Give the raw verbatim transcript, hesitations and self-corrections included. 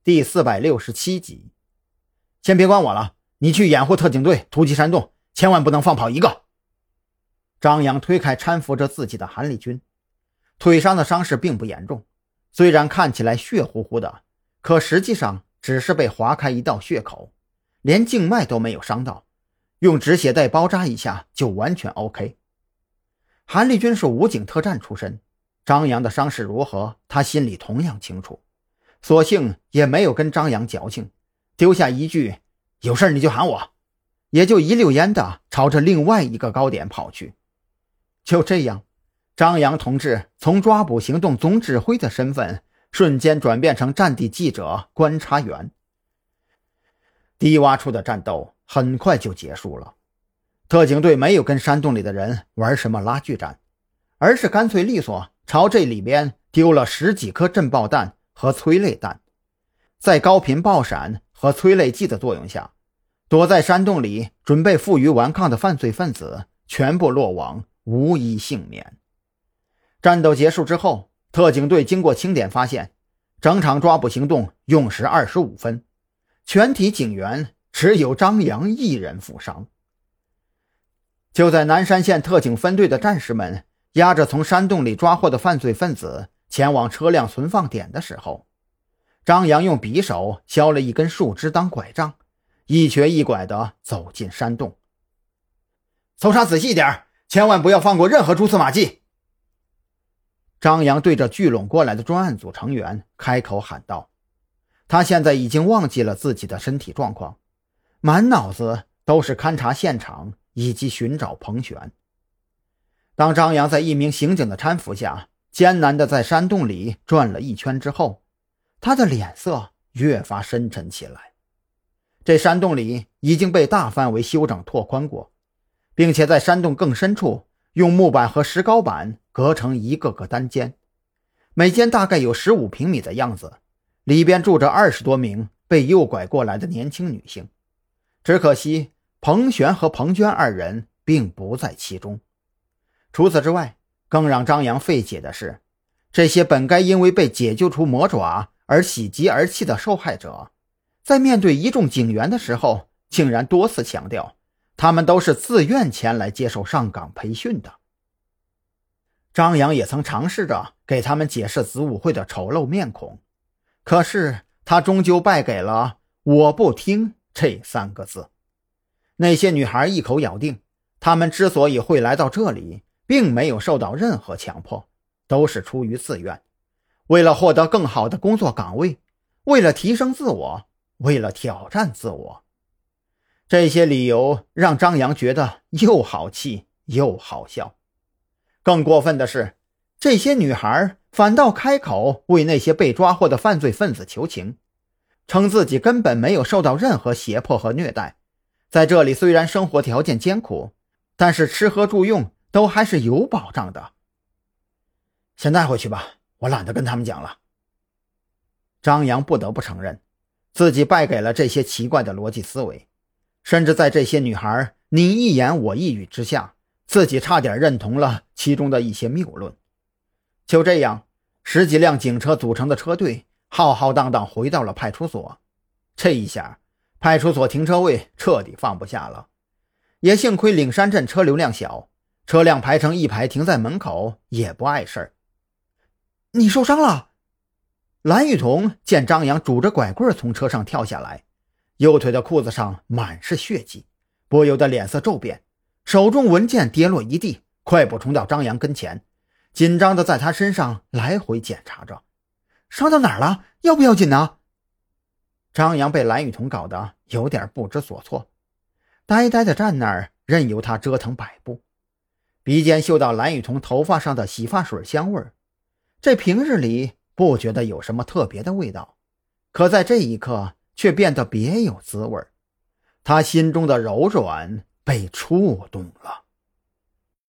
第四百六十七集。先别管我了，你去掩护特警队突击山洞，千万不能放跑一个。张扬推开搀扶着自己的韩立军，腿上的伤势并不严重，虽然看起来血乎乎的，可实际上只是被划开一道血口，连静脉都没有伤到，用止血带包扎一下就完全 OK。 韩立军是武警特战出身，张扬的伤势如何他心里同样清楚，索性也没有跟张扬矫情，丢下一句有事你就喊我，也就一溜烟的朝着另外一个高点跑去。就这样，张扬同志从抓捕行动总指挥的身份瞬间转变成战地记者观察员。低洼处的战斗很快就结束了，特警队没有跟山洞里的人玩什么拉锯战，而是干脆利索朝这里边丢了十几颗震爆弹和催泪弹。在高频爆闪和催泪剂的作用下，躲在山洞里准备负隅顽抗的犯罪分子全部落网，无一幸免。战斗结束之后，特警队经过清点发现，整场抓捕行动用时二十五分，全体警员只有张扬一人负伤。就在南山县特警分队的战士们押着从山洞里抓获的犯罪分子前往车辆存放点的时候，张扬用匕首削了一根树枝当拐杖，一瘸一拐地走进山洞。搜查仔细点，千万不要放过任何蛛丝马迹。张扬对着聚拢过来的专案组成员开口喊道。他现在已经忘记了自己的身体状况，满脑子都是勘察现场以及寻找彭璇。当张扬在一名刑警的搀扶下艰难地在山洞里转了一圈之后，他的脸色越发深沉起来。这山洞里已经被大范围修整拓宽过，并且在山洞更深处用木板和石膏板隔成一个个单间，每间大概有十五平米的样子，里边住着二十多名被诱拐过来的年轻女性。只可惜彭璇和彭娟二人并不在其中。除此之外，更让张扬费解的是，这些本该因为被解救出魔爪而喜极而泣的受害者，在面对一众警员的时候，竟然多次强调他们都是自愿前来接受上岗培训的。张扬也曾尝试着给他们解释子午会的丑陋面孔，可是他终究败给了我不听这三个字。那些女孩一口咬定，她们之所以会来到这里，并没有受到任何强迫，都是出于自愿，为了获得更好的工作岗位，为了提升自我，为了挑战自我。这些理由让张扬觉得又好气又好笑。更过分的是，这些女孩反倒开口为那些被抓获的犯罪分子求情，称自己根本没有受到任何胁迫和虐待，在这里虽然生活条件艰苦，但是吃喝住用都还是有保障的。先带回去吧，我懒得跟他们讲了。张扬不得不承认，自己败给了这些奇怪的逻辑思维，甚至在这些女孩你一言我一语之下，自己差点认同了其中的一些谬论。就这样，十几辆警车组成的车队浩浩荡荡回到了派出所。这一下，派出所停车位彻底放不下了。也幸亏岭山镇车流量小，车辆排成一排停在门口也不碍事儿。你受伤了？蓝雨桐见张扬拄着拐棍从车上跳下来，右腿的裤子上满是血迹，不由得脸色骤变，手中文件跌落一地，快步冲到张扬跟前，紧张地在他身上来回检查着。伤到哪儿了？要不要紧呢？张扬被蓝雨桐搞得有点不知所措，呆呆地站那儿，任由他折腾摆布。鼻尖嗅到蓝雨桐头发上的洗发水香味儿，这平日里不觉得有什么特别的味道，可在这一刻却变得别有滋味。他心中的柔软被触动了。